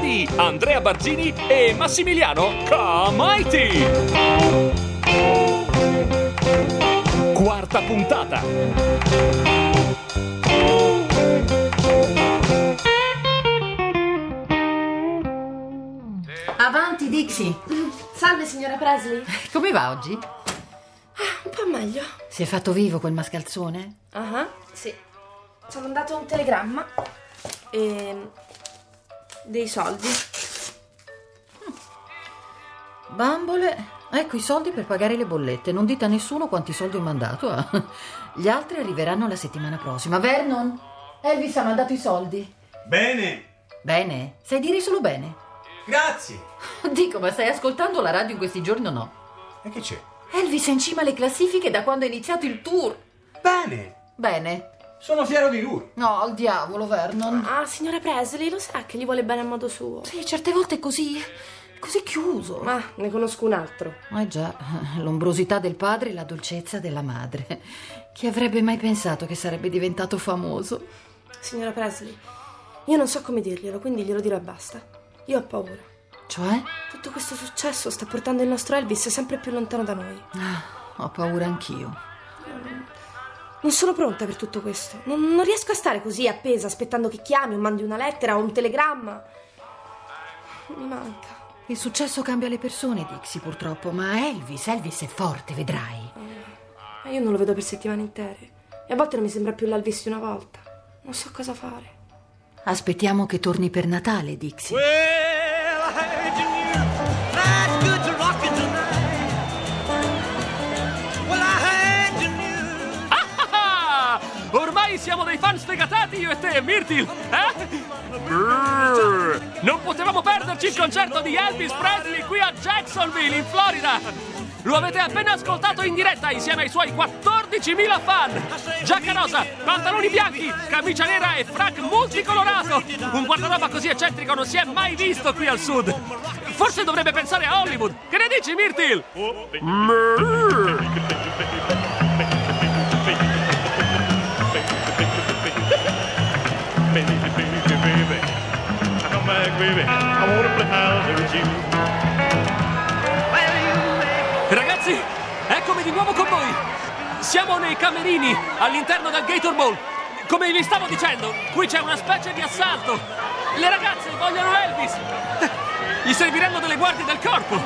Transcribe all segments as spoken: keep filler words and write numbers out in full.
di Andrea Barzini e Massimiliano Comaiti. Quarta puntata. Avanti, Dixie. Salve, signora Presley. Come va oggi? Ah, un po' meglio. Si è fatto vivo quel mascalzone? Ah, uh-huh, sì. Ci ha mandato un telegramma e dei soldi. Bambole, ecco i soldi per pagare le bollette. Non dite a nessuno quanti soldi ho mandato. Eh? Gli altri arriveranno la settimana prossima. Vernon, Elvis ha mandato i soldi. Bene. Bene? Sai dire solo bene? Grazie. Dico, ma stai ascoltando la radio in questi giorni o no? E che c'è? Elvis è in cima alle classifiche da quando è iniziato il tour. Bene. Bene. Sono fiero di lui. No, al diavolo, Vernon. Ah, signora Presley, lo sa che gli vuole bene a modo suo. Sì, certe volte è così, così chiuso. Ma ne conosco un altro. Eh già, l'ombrosità del padre e la dolcezza della madre. Chi avrebbe mai pensato che sarebbe diventato famoso? Signora Presley, io non so come dirglielo, quindi glielo dirò e basta. Io ho paura. Cioè? Tutto questo successo sta portando il nostro Elvis sempre più lontano da noi. Ah, ho paura anch'io. Non sono pronta per tutto questo. Non, non riesco a stare così appesa aspettando che chiami o mandi una lettera o un telegramma. Mi manca. Il successo cambia le persone, Dixie, purtroppo. Ma Elvis, Elvis è forte, vedrai. Ma io non lo vedo per settimane intere. E a volte non mi sembra più l'Elvis di una volta. Non so cosa fare. Aspettiamo che torni per Natale, Dixie. Well, I heard you knew life's good to rock it tonight. Well, I heard you knew. Ah, ormai siamo dei fan sfegatati io e te, Myrtle, eh? Brrr. Non potevamo perderci il concerto di Elvis Presley qui a Jacksonville, in Florida. Lo avete appena ascoltato in diretta insieme ai suoi quattordicimila fan. Giacca rosa, pantaloni bianchi, camicia nera e frac multicolorato. Un guardaroba così eccentrico non si è mai visto qui al sud. Forse dovrebbe pensare a Hollywood. Che ne dici, Myrtle? Ragazzi, eccomi di nuovo con voi. Siamo nei camerini all'interno del Gator Bowl. Come vi stavo dicendo, qui c'è una specie di assalto. Le ragazze vogliono Elvis. Gli serviranno delle guardie del corpo.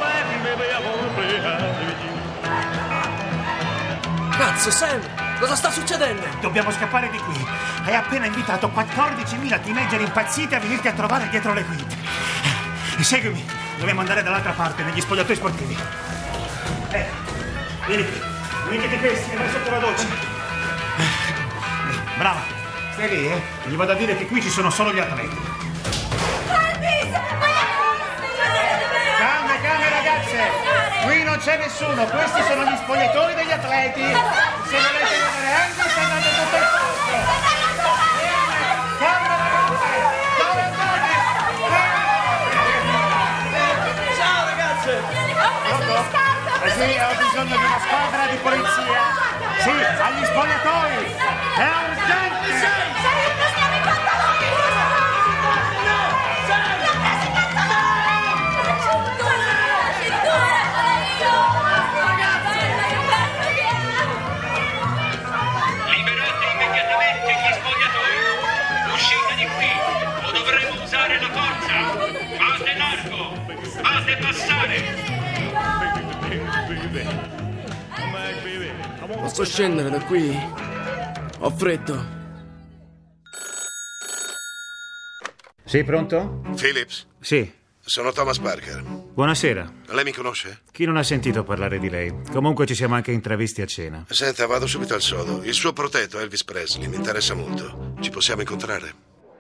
Cazzo, Sam, cosa sta succedendo? Dobbiamo scappare di qui. Hai appena invitato quattordicimila teenager impazziti a venirti a trovare dietro le quinte. Seguimi, dobbiamo andare dall'altra parte, negli spogliatoi sportivi. Eh, vieni qui, mettete questi e vai sotto la doccia. Eh, brava, stai lì, eh? Gli vado a dire che qui ci sono solo gli atleti. Calme, calme ragazze, qui non c'è nessuno, questi sono gli spogliatoi degli atleti. Se volete vedere Elvis andate tutto il posto. Calma ragazze, dove andate? Ciao ragazze! Eh sì, ho bisogno di una squadra di polizia. Sì, agli spogliatoi. È urgente. Liberate immediatamente gli spogliatoi. Uscite di qui o dovremo usare la forza. Fate largo. Fate passare. Posso scendere da qui? Ho freddo. Sì, pronto? Phillips, Sì, sono Thomas Parker. buonasera. Lei mi conosce? Chi non ha sentito parlare di lei? Comunque ci siamo anche intravisti a cena. Senta, vado subito al sodo. Il suo protetto, Elvis Presley, mi interessa molto. Ci possiamo incontrare?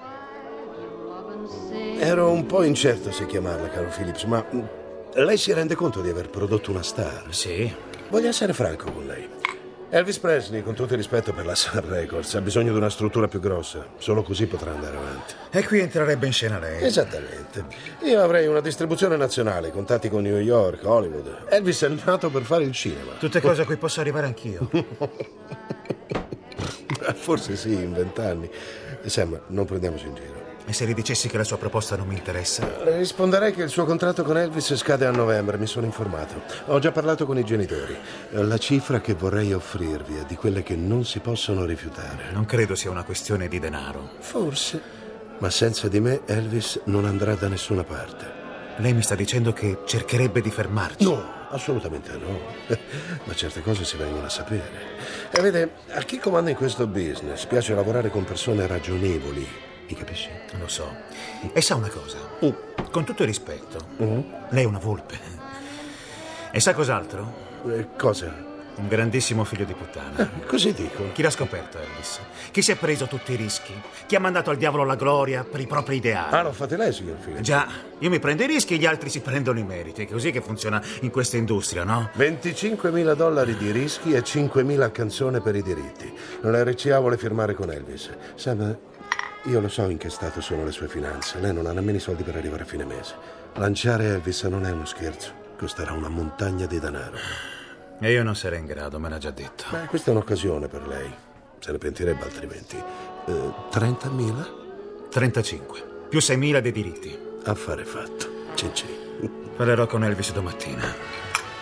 Ero un po' incerto se chiamarla, caro Phillips, ma lei si rende conto di aver prodotto una star? Sì. Voglio essere franco con lei. Elvis Presley, con tutto il rispetto per la Sun Records, ha bisogno di una struttura più grossa. Solo così potrà andare avanti. E qui entrerebbe in scena lei. Esattamente. Io avrei una distribuzione nazionale, contatti con New York, Hollywood. Elvis è nato per fare il cinema. Tutte cose a cui posso arrivare anch'io. Forse sì, in vent'anni. Sam, non prendiamoci in giro. E se gli dicessi che la sua proposta non mi interessa? Le risponderei che il suo contratto con Elvis scade a novembre, mi sono informato. Ho già parlato con i genitori. La cifra che vorrei offrirvi è di quelle che non si possono rifiutare. Non credo sia una questione di denaro. Forse, ma senza di me Elvis non andrà da nessuna parte. Lei mi sta dicendo che cercherebbe di fermarci? No, assolutamente no. Ma certe cose si vengono a sapere. E vede, a chi comanda in questo business piace lavorare con persone ragionevoli. Mi capisci? Lo so. E sa una cosa? Mm. Con tutto il rispetto, Mm. lei è una volpe. E sa cos'altro? Eh, cosa? Un grandissimo figlio di puttana. Eh, così dico. Chi l'ha scoperto, Elvis? Chi si è preso tutti i rischi? Chi ha mandato al diavolo la gloria per i propri ideali? Ah, lo fate lei, signor Phillips? Già, io mi prendo i rischi e gli altri si prendono i meriti. È così che funziona in questa industria, no? venticinquemila dollari di rischi e cinquemila a canzone per i diritti. La R C A vuole firmare con Elvis. Sam, io lo so in che stato sono le sue finanze. Lei non ha nemmeno i soldi per arrivare a fine mese. Lanciare Elvis non è uno scherzo. Costerà una montagna di denaro. E io non sarei in grado, me l'ha già detto. Beh, questa è un'occasione per lei. Se ne pentirebbe altrimenti. Eh, trentamila? trentacinque. Più seimila dei diritti. Affare fatto. Cin cin. Parlerò con Elvis domattina.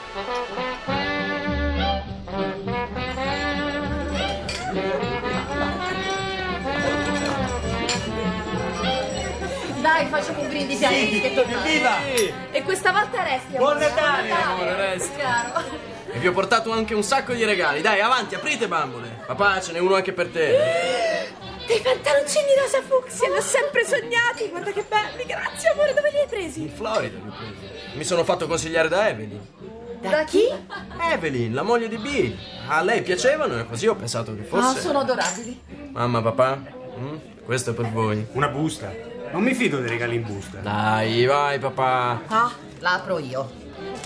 Dai, facciamo un brindisi a Elvis che torna. Viva! E questa volta resti. Buon amore. Natale! Amore, resti. Chiaro. E vi ho portato anche un sacco di regali. Dai, avanti, aprite, bambole. Papà, ce n'è uno anche per te. Dei pantaloncini rosa fucsia, li ho sempre sognati. Guarda che belli, grazie amore, dove li hai presi? In Florida li ho presi. Mi sono fatto consigliare da Evelyn. Da chi? Evelyn, la moglie di Bill. A lei piacevano e così ho pensato che Ah, fosse... sono adorabili. Mamma, papà, mm? questo è per voi. Una busta. Non mi fido dei regali in busta. Dai, vai, papà. Ah, la apro io.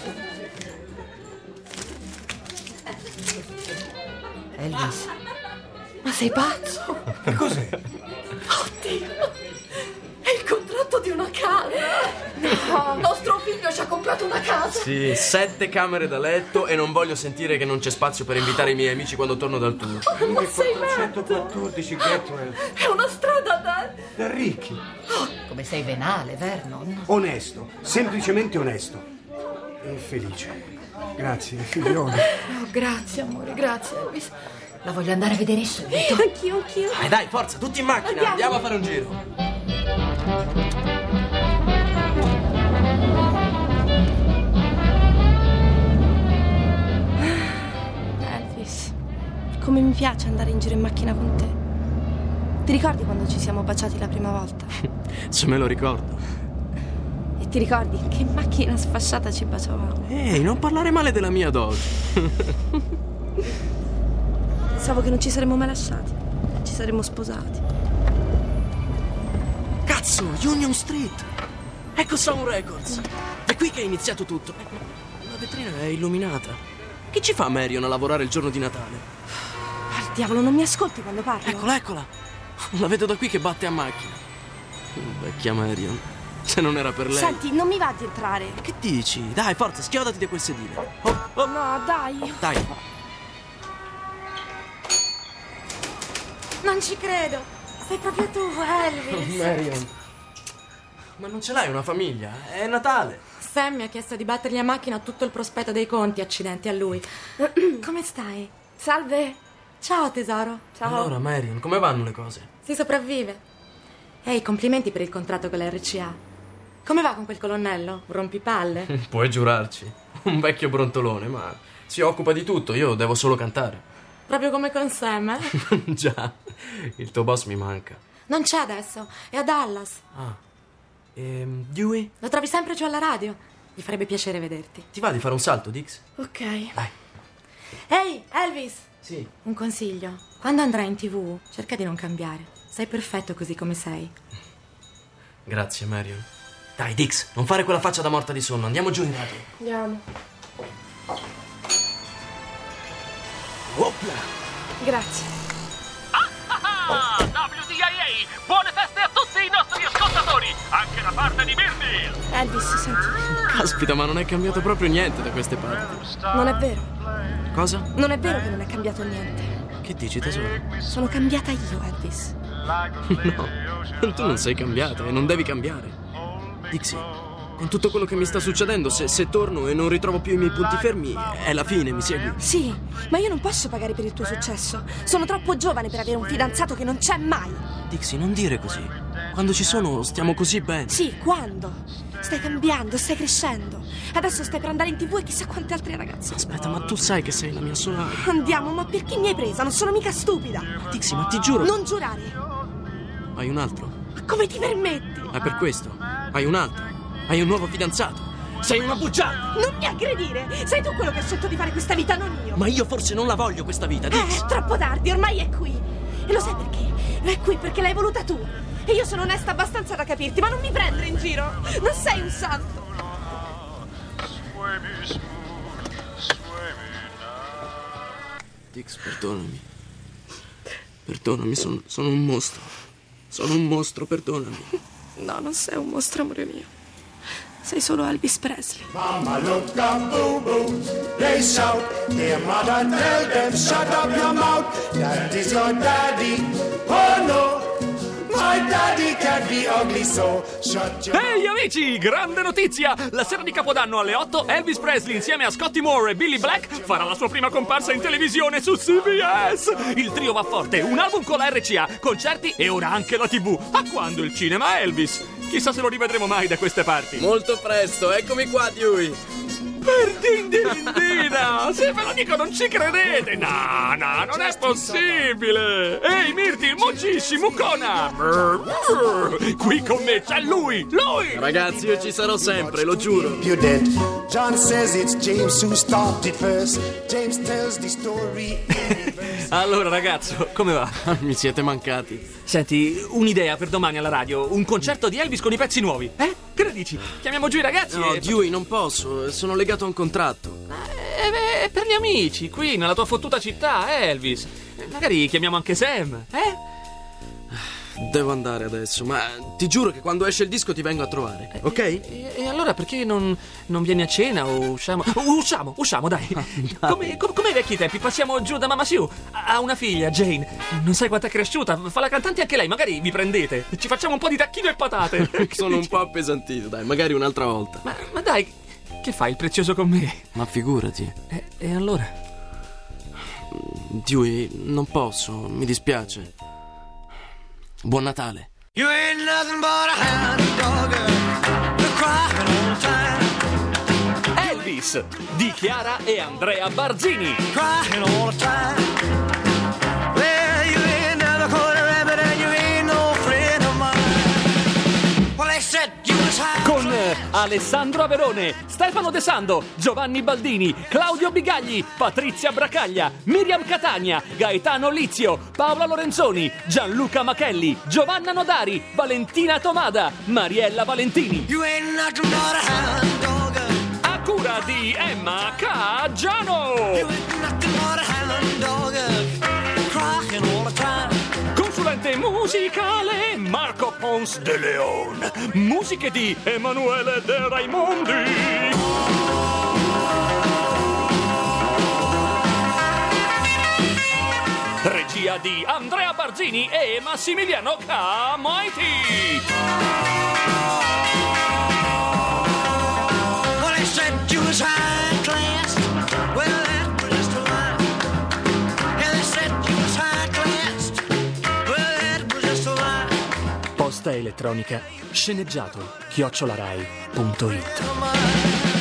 Elvis, ma sei pazzo? Che cos'è? Oddio, è il contratto di una casa. No, nostro figlio ci ha comprato una casa. Sì, sette camere da letto e non voglio sentire che non c'è spazio per invitare i miei amici quando torno dal tour. Oh, ma sei matto. centoquattordici Getwell. È una strada da... Da ricchi. Oh, come sei venale, Vernon. Onesto, semplicemente onesto. E felice. Grazie, figlione. Oh, grazie, amore, grazie, Elvis. La voglio andare a vedere subito. Anch'io, anch'io. Dai, dai, forza, tutti in macchina, Andiamo. andiamo a fare un giro. Elvis, come mi piace andare in giro in macchina con te. Ti ricordi quando ci siamo baciati la prima volta? Se me lo ricordo. E ti ricordi in che macchina sfasciata ci baciavamo? Ehi, non parlare male della mia dog. Pensavo che non ci saremmo mai lasciati. Ci saremmo sposati. Cazzo, Union Street. Ecco Sound Records. È qui che è iniziato tutto. La vetrina è illuminata. Che ci fa Marion a lavorare il giorno di Natale? Al diavolo, non mi ascolti quando parlo? Eccola, eccola. La vedo da qui che batte a macchina. Vecchia Marion. Se non era per lei. Senti, non mi va di entrare. Che dici? Dai, forza, schiodati da quel sedile. Oh, oh. No, dai. Dai. Non ci credo. Sei proprio tu, Elvis. Marion. Ma non ce l'hai una famiglia? È Natale. Sam mi ha chiesto di battergli a macchina tutto il prospetto dei conti, accidenti a lui. Come stai? Salve. Ciao tesoro. Ciao. Allora, Marion, come vanno le cose? Si sopravvive. Ehi, complimenti per il contratto con la R C A. Come va con quel colonnello? Un rompipalle? Puoi giurarci. Un vecchio brontolone, ma si occupa di tutto, io devo solo cantare. Proprio come con Sam, eh? Già, il tuo boss mi manca. Non c'è adesso, è a Dallas. Ah, ehm, Dewey? Lo trovi sempre giù alla radio. Gli farebbe piacere vederti. Ti va di fare un salto, Dix? Ok. Dai. Ehi, Elvis! Sì. Un consiglio. Quando andrai in tv, cerca di non cambiare. Sei perfetto così come sei. Grazie, Marion. Dai, Dix, non fare quella faccia da morta di sonno. Andiamo giù in radio. Andiamo. Opla! Grazie. Ah, ah, ah, W D I A! Buone feste a tutti i nostri ascoltatori, anche da parte di Birdy! Elvis, senti. Caspita, ma non è cambiato proprio niente da queste parti. Non è vero. Cosa? Non è vero che non è cambiato niente. Che dici, tesoro? Sono cambiata io, Elvis. No. Tu non sei cambiata e non devi cambiare. Dixie, con tutto quello che mi sta succedendo, se, se torno e non ritrovo più i miei punti fermi, è la fine, mi segui? Sì, ma io non posso pagare per il tuo successo. Sono troppo giovane per avere un fidanzato che non c'è mai. Dixie, non dire così. Quando ci sono, stiamo così bene. Sì, quando? Stai cambiando, stai crescendo. Adesso stai per andare in tv e chissà quante altre ragazze. Aspetta, ma tu sai che sei la mia sola... Andiamo, ma perché mi hai presa? Non sono mica stupida. Dixie, ma ti giuro... Non giurare. Hai un altro? Ma come ti permetti? È per questo. Hai un altro. Hai un nuovo fidanzato. Sei una bugiarda. Non mi aggredire. Sei tu quello che ha scelto di fare questa vita, non io. Ma io forse non la voglio questa vita, Dixie. Eh, è troppo tardi, ormai è qui. E lo sai perché? È qui perché l'hai voluta tu. E io sono onesta abbastanza da capirti, ma non mi prendere in giro. Non sei un santo. Dix, perdonami. Perdonami, son, sono un mostro. Sono un mostro, perdonami. No, non sei un mostro, amore mio. Sei solo Elvis Presley. Mama, look up, boo boo. They shout. Their mother tell them, shut up your mouth. That is your daddy. Oh no. My daddy can't be ugly, so shut your Ehi hey, amici, grande notizia! La sera di Capodanno alle otto Elvis Presley insieme a Scotty Moore e Billy Black farà la sua prima comparsa in televisione su C B S. Il trio va forte, un album con la R C A, concerti e ora anche la tivù. A quando il cinema Elvis? Chissà se lo rivedremo mai da queste parti. Molto presto, eccomi qua, Dewey. Per dindindina! Se ve lo dico non ci credete! No, no, non è possibile! Ehi, Mirti, Mocisci, Mucona! Qui con me c'è lui! Lui! Ragazzi, io ci sarò sempre, lo giuro. You did. John says it's James who started it first. James tells the story. Allora, ragazzo, come va? Mi siete mancati. Senti, un'idea per domani alla radio. Un concerto di Elvis con i pezzi nuovi. Eh? Che ne dici? Chiamiamo giù i ragazzi No, e... Dewey, non posso. Sono legato a un contratto. Eh, beh, per gli amici, qui nella tua fottuta città, Elvis. Magari chiamiamo anche Sam, eh? Devo andare adesso, ma ti giuro che quando esce il disco ti vengo a trovare, ok? E, e allora perché non, non vieni a cena o usciamo? Uh, usciamo, usciamo, dai. Come, come, come ai vecchi tempi, passiamo giù da Mamma Sue. Ha una figlia, Jane. Non sai quanto è cresciuta. Fa la cantante anche lei, magari vi prendete. Ci facciamo un po' di tacchino e patate. Sono un po' appesantito, dai, magari un'altra volta. Ma, ma dai, che fai il prezioso con me? Ma figurati. E, e allora? Dewey, non posso, mi dispiace. Buon Natale. You ain't nothing but a hound dog, you're crying all the time. Elvis di Chiara e Andrea Barzini. Crying all the time. Well, you ain't never caught a rabbit and you ain't no friend of mine. Well, they said you was high. Con Alessandro Averone, Stefano De Sando, Giovanni Baldini, Claudio Bigagli, Patrizia Bracaglia, Miriam Catania, Gaetano Lizio, Paola Lorenzoni, Gianluca Machelli, Giovanna Nodari, Valentina Tomada, Mariella Valentini. You ain't nothing but a hound dog. A cura di Emma Caggiano. You ain't nothing but a hound dog, crying all the time. Consulente musicale Marco Pons de Leon. Musiche di Emanuele De Raimondi. Regia di Andrea Barzini e Massimiliano Camaiti. Well, they said you was high class. Well, that was just a lie. Yeah, they said you was high class. Well, that was just a lie. Posta elettronica sceneggiato chiocciolarai punto it. Come on.